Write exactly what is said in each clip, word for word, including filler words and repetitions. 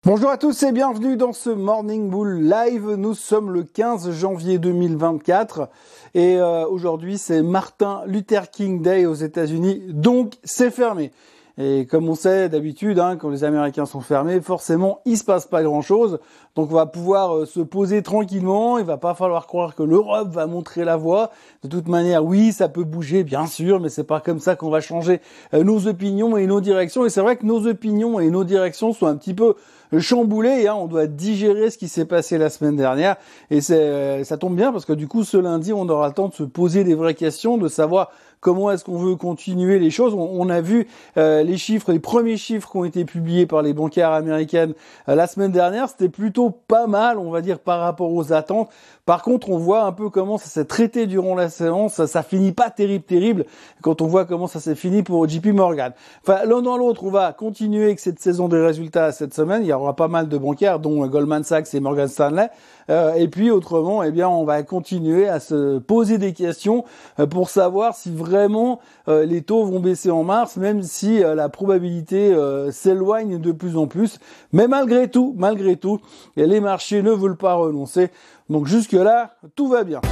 Bonjour à tous et bienvenue dans ce Morning Bull Live. Nous sommes le quinze janvier deux mille vingt-quatre et euh, aujourd'hui c'est Martin Luther King Day aux États-Unis, donc c'est fermé. Et comme on sait d'habitude, hein, quand les Américains sont fermés, forcément il se passe pas grand-chose. Donc on va pouvoir euh, se poser tranquillement. Il va pas falloir croire que l'Europe va montrer la voie. De toute manière, oui, ça peut bouger, bien sûr, mais c'est pas comme ça qu'on va changer euh, nos opinions et nos directions. Et c'est vrai que nos opinions et nos directions sont un petit peu chamboulées. Hein. On doit digérer ce qui s'est passé la semaine dernière. Et c'est, euh, ça tombe bien parce que du coup, ce lundi, on aura le temps de se poser des vraies questions, de savoir comment est-ce qu'on veut continuer les choses. On, on a vu euh, les chiffres, les premiers chiffres qui ont été publiés par les bancaires américaines euh, la semaine dernière. C'était plutôt pas mal, on va dire, par rapport aux attentes. Par contre, on voit un peu comment ça s'est traité durant la séance. Ça, ça finit pas terrible, terrible, quand on voit comment ça s'est fini pour J P Morgan. Enfin, l'un dans l'autre, on va continuer avec cette saison des résultats cette semaine. Il y aura pas mal de bancaires, dont Goldman Sachs et Morgan Stanley. Euh, et puis, autrement, eh bien, on va continuer à se poser des questions euh, pour savoir si vraiment euh, les taux vont baisser en mars, même si euh, la probabilité euh, s'éloigne de plus en plus. Mais malgré tout, malgré tout, les marchés ne veulent pas renoncer. Donc jusque-là, tout va bien.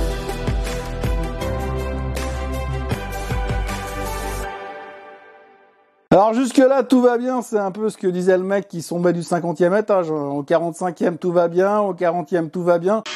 Alors jusque-là, tout va bien, c'est un peu ce que disait le mec qui tombait du cinquantième étage. Au quarante-cinquième, tout va bien, au quarantième, tout va bien.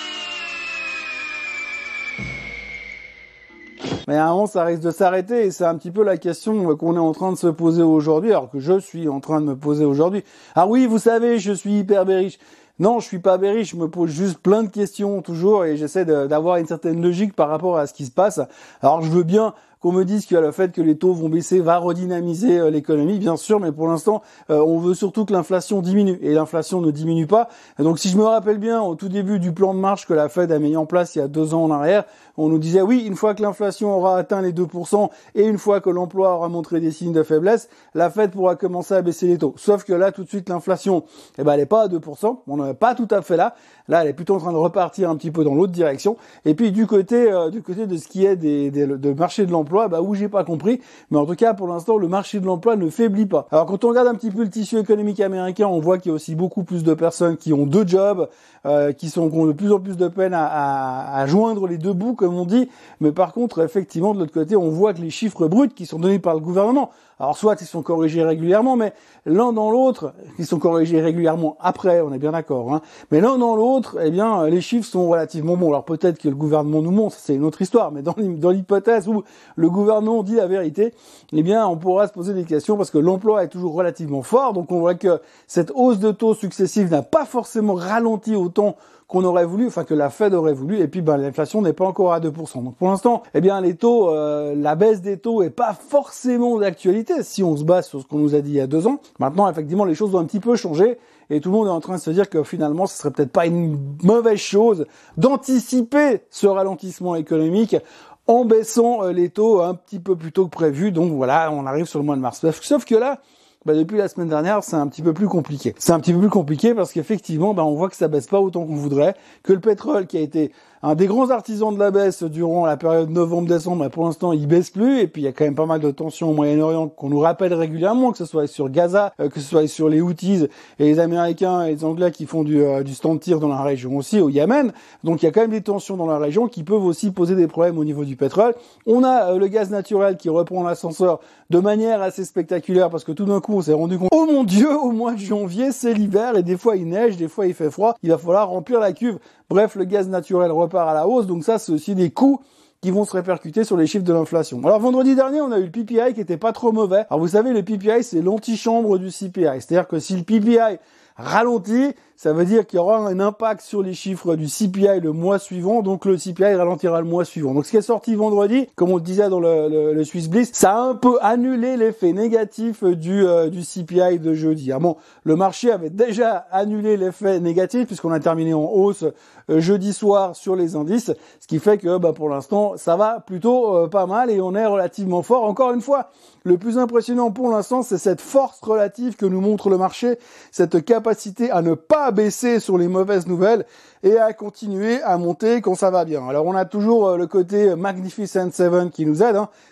Mais à un moment, ça risque de s'arrêter et c'est un petit peu la question qu'on est en train de se poser aujourd'hui, alors que je suis en train de me poser aujourd'hui. Ah oui, vous savez, je suis hyper bearish. Non, je suis pas bearish, je me pose juste plein de questions toujours et j'essaie de, d'avoir une certaine logique par rapport à ce qui se passe. Alors je veux bien qu'on me dise que le fait que les taux vont baisser va redynamiser euh, l'économie, bien sûr, mais pour l'instant, euh, on veut surtout que l'inflation diminue, et l'inflation ne diminue pas. Et donc, si je me rappelle bien, au tout début du plan de marche que la Fed a mis en place il y a deux ans en arrière, on nous disait, oui, une fois que l'inflation aura atteint les deux pour cent et une fois que l'emploi aura montré des signes de faiblesse, la Fed pourra commencer à baisser les taux. Sauf que là, tout de suite, l'inflation, eh ben, elle est pas à deux pour cent, on n'est pas tout à fait là. Là, elle est plutôt en train de repartir un petit peu dans l'autre direction. Et puis, du côté, euh, du côté de ce qui est des, des, de marché de l'emploi, bah, où j'ai pas compris. Mais en tout cas, pour l'instant, le marché de l'emploi ne faiblit pas. Alors, quand on regarde un petit peu le tissu économique américain, on voit qu'il y a aussi beaucoup plus de personnes qui ont deux jobs, euh, qui sont, qui ont de plus en plus de peine à, à, à joindre les deux bouts, comme on dit. Mais par contre, effectivement, de l'autre côté, on voit que les chiffres bruts qui sont donnés par le gouvernement, alors soit ils sont corrigés régulièrement, mais l'un dans l'autre, ils sont corrigés régulièrement après, on est bien d'accord, hein. Mais l'un dans l'autre, eh bien, les chiffres sont relativement bons. Alors peut-être que le gouvernement nous ment, c'est une autre histoire, mais dans, dans l'hypothèse où le gouvernement dit la vérité, eh bien, on pourra se poser des questions parce que l'emploi est toujours relativement fort. Donc on voit que cette hausse de taux successive n'a pas forcément ralenti autant qu'on aurait voulu, enfin que la Fed aurait voulu, et puis ben l'inflation n'est pas encore à deux pour cent. Donc pour l'instant, eh bien les taux, euh, la baisse des taux est pas forcément d'actualité si on se base sur ce qu'on nous a dit il y a deux ans. Maintenant, effectivement, les choses ont un petit peu changé, et tout le monde est en train de se dire que finalement, ce serait peut-être pas une mauvaise chose d'anticiper ce ralentissement économique en baissant euh, les taux un petit peu plus tôt que prévu. Donc voilà, on arrive sur le mois de mars. Sauf que là, bah depuis la semaine dernière, c'est un petit peu plus compliqué. C'est un petit peu plus compliqué parce qu'effectivement, bah on voit que ça baisse pas autant qu'on voudrait, que le pétrole qui a été un des grands artisans de la baisse durant la période novembre-décembre, bah pour l'instant, il baisse plus. Et puis, il y a quand même pas mal de tensions au Moyen-Orient qu'on nous rappelle régulièrement, que ce soit sur Gaza, euh, que ce soit sur les Houthis et les Américains et les Anglais qui font du, euh, du stand-tir dans la région aussi, au Yémen. Donc, il y a quand même des tensions dans la région qui peuvent aussi poser des problèmes au niveau du pétrole. On a euh, le gaz naturel qui reprend l'ascenseur de manière assez spectaculaire parce que tout d'un coup, on s'est rendu compte, oh mon Dieu, au mois de janvier, c'est l'hiver et des fois il neige, des fois il fait froid. Il va falloir remplir la cuve. Bref, le gaz naturel repart à la hausse, donc ça, c'est aussi des coûts qui vont se répercuter sur les chiffres de l'inflation. Alors, vendredi dernier, on a eu le P P I qui était pas trop mauvais. Alors, vous savez, le P P I, c'est l'antichambre du C P I. C'est-à-dire que si le P P I ralentit, ça veut dire qu'il y aura un impact sur les chiffres du C P I le mois suivant, donc le C P I ralentira le mois suivant. Donc ce qui est sorti vendredi, comme on le disait dans le, le, le Swiss Bliss, ça a un peu annulé l'effet négatif du, euh, du C P I de jeudi. Ah bon, le marché avait déjà annulé l'effet négatif puisqu'on a terminé en hausse euh, jeudi soir sur les indices, ce qui fait que bah, pour l'instant ça va plutôt euh, pas mal et on est relativement fort. Encore une fois, le plus impressionnant pour l'instant, c'est cette force relative que nous montre le marché, cette capacité à ne pas baisser sur les mauvaises nouvelles et à continuer à monter quand ça va bien. Alors on a toujours le côté Magnificent Seven qui nous aide, hein.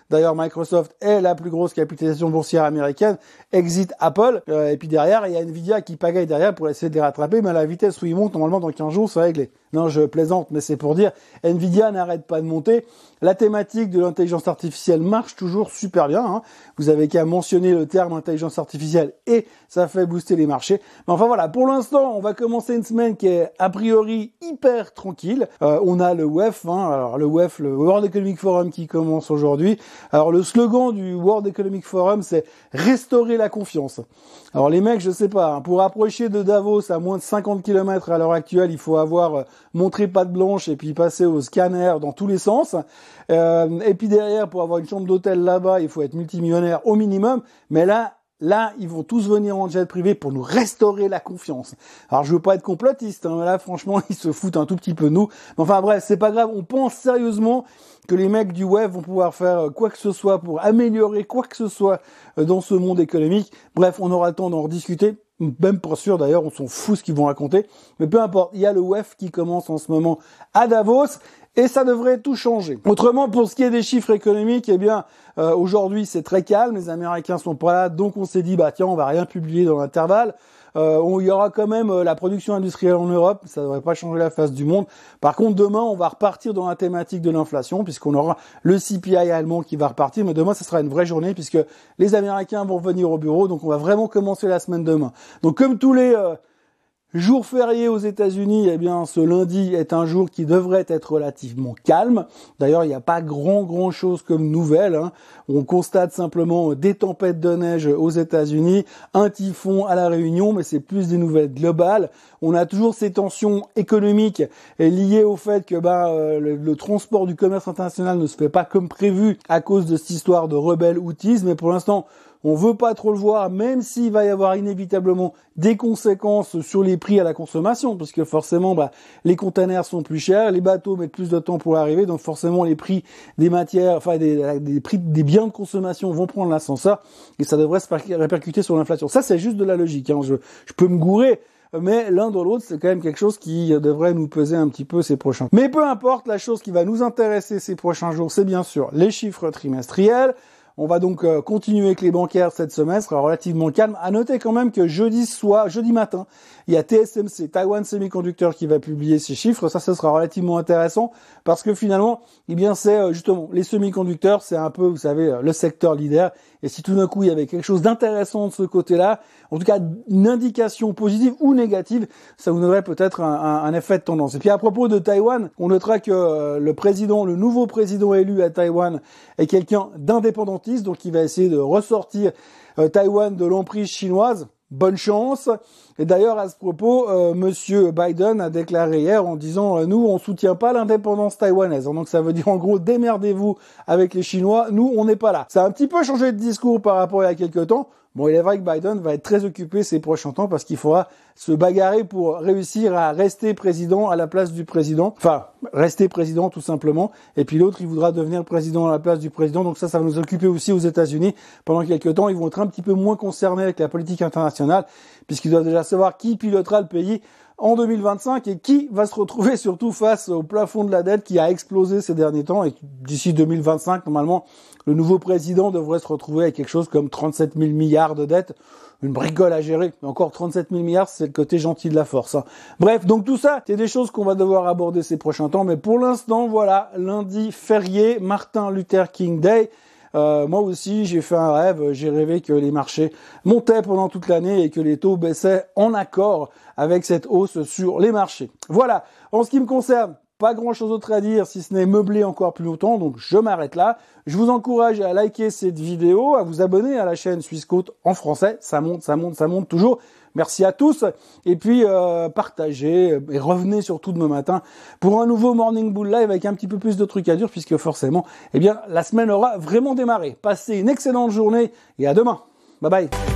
D'ailleurs, Microsoft est la plus grosse capitalisation boursière américaine, exit Apple, euh, et puis derrière, il y a Nvidia qui pagaille derrière pour essayer de les rattraper, mais à la vitesse où ils montent, normalement dans quinze jours, c'est réglé. Non, je plaisante, mais c'est pour dire, Nvidia n'arrête pas de monter. La thématique de l'intelligence artificielle marche toujours super bien, hein. Vous avez qu'à mentionner le terme intelligence artificielle et ça fait booster les marchés. Mais enfin voilà, pour l'instant, on va commencer une semaine qui est a priori hyper tranquille. Euh, on a le W E F, hein, alors le W E F, le World Economic Forum qui commence aujourd'hui. Alors le slogan du World Economic Forum, c'est restaurer la confiance. Alors les mecs, je sais pas, hein, pour approcher de Davos à moins de cinquante kilomètres à l'heure actuelle, il faut avoir euh, montré patte blanche et puis passer au scanner dans tous les sens. Euh, et puis derrière, pour avoir une chambre d'hôtel là-bas, il faut être multimillionnaire au minimum. Mais là, Là, ils vont tous venir en jet privé pour nous restaurer la confiance. Alors, je veux pas être complotiste, hein, là, franchement, ils se foutent un tout petit peu de nous. Mais enfin, bref, c'est pas grave. On pense sérieusement que les mecs du web vont pouvoir faire quoi que ce soit pour améliorer quoi que ce soit dans ce monde économique. Bref, on aura le temps d'en rediscuter. Même pas sûr, d'ailleurs, on s'en fout ce qu'ils vont raconter. Mais peu importe, il y a le W E F qui commence en ce moment à Davos. Et ça devrait tout changer. Autrement, pour ce qui est des chiffres économiques, eh bien, euh, aujourd'hui, c'est très calme. Les Américains sont pas là, donc on s'est dit, bah tiens, on va rien publier dans l'intervalle. Euh, on, il y aura quand même euh, la production industrielle en Europe. Ça devrait pas changer la face du monde. Par contre, demain, on va repartir dans la thématique de l'inflation, puisqu'on aura le C P I allemand qui va repartir. Mais demain, ce sera une vraie journée, puisque les Américains vont venir au bureau. Donc, on va vraiment commencer la semaine demain. Donc, comme tous les euh, jour férié aux États-Unis, eh bien, ce lundi est un jour qui devrait être relativement calme. D'ailleurs, il n'y a pas grand, grand chose comme nouvelle, hein. On constate simplement des tempêtes de neige aux États-Unis, un typhon à la Réunion, mais c'est plus des nouvelles globales. On a toujours ces tensions économiques liées au fait que, bah, euh, le, le transport du commerce international ne se fait pas comme prévu à cause de cette histoire de rebelles houthis, mais pour l'instant, on veut pas trop le voir, même s'il va y avoir inévitablement des conséquences sur les prix à la consommation, parce que forcément, bah, les containers sont plus chers, les bateaux mettent plus de temps pour arriver, donc forcément les prix des matières, enfin des, des prix des biens de consommation vont prendre l'ascenseur, et ça devrait se répercuter sur l'inflation. Ça, c'est juste de la logique, hein. Je, je peux me gourer, mais l'un dans l'autre, c'est quand même quelque chose qui devrait nous peser un petit peu ces prochains. Mais peu importe, la chose qui va nous intéresser ces prochains jours, c'est bien sûr les chiffres trimestriels. On va donc euh, continuer avec les bancaires cette semaine, ce sera relativement calme. À noter quand même que jeudi soir, jeudi matin, il y a T S M C, Taiwan Semiconductor, qui va publier ses chiffres. Ça, ce sera relativement intéressant parce que finalement, eh bien, c'est euh, justement les semi-conducteurs, c'est un peu, vous savez, euh, le secteur leader. Et si tout d'un coup il y avait quelque chose d'intéressant de ce côté-là, en tout cas une indication positive ou négative, ça vous donnerait peut-être un, un, un effet de tendance. Et puis à propos de Taïwan, on notera que euh, le président, le nouveau président élu à Taïwan est quelqu'un d'indépendantiste, donc il va essayer de ressortir euh, Taïwan de l'emprise chinoise. Bonne chance. Et d'ailleurs, à ce propos, euh, Monsieur Biden a déclaré hier en disant euh, « Nous, on soutient pas l'indépendance taïwanaise. » Donc ça veut dire en gros, démerdez-vous avec les Chinois, nous, on n'est pas là. Ça a un petit peu changé de discours par rapport à il y a quelques temps. Bon, il est vrai que Biden va être très occupé ces prochains temps parce qu'il faudra se bagarrer pour réussir à rester président à la place du président. Enfin, rester président tout simplement. Et puis l'autre, il voudra devenir président à la place du président. Donc ça, ça va nous occuper aussi aux États-Unis. Pendant quelques temps, ils vont être un petit peu moins concernés avec la politique internationale puisqu'ils doivent déjà savoir qui pilotera le pays en deux mille vingt-cinq et qui va se retrouver surtout face au plafond de la dette qui a explosé ces derniers temps et d'ici deux mille vingt-cinq, normalement, le nouveau président devrait se retrouver avec quelque chose comme trente-sept mille milliards de dettes. Une bricole à gérer. Mais encore trente-sept mille milliards, c'est le côté gentil de la force, hein. Bref, donc tout ça, c'est des choses qu'on va devoir aborder ces prochains temps. Mais pour l'instant, voilà, lundi férié, Martin Luther King Day. Euh, moi aussi, j'ai fait un rêve, j'ai rêvé que les marchés montaient pendant toute l'année et que les taux baissaient en accord avec cette hausse sur les marchés. Voilà, en ce qui me concerne, pas grand chose d'autre à dire si ce n'est meubler encore plus longtemps, donc je m'arrête là. Je vous encourage à liker cette vidéo, à vous abonner à la chaîne Swissquote en français, ça monte, ça monte, ça monte toujours. Merci à tous, et puis euh, partagez, et revenez surtout demain matin pour un nouveau Morning Bull Live avec un petit peu plus de trucs à dire, puisque forcément, eh bien, la semaine aura vraiment démarré. Passez une excellente journée, et à demain. Bye bye.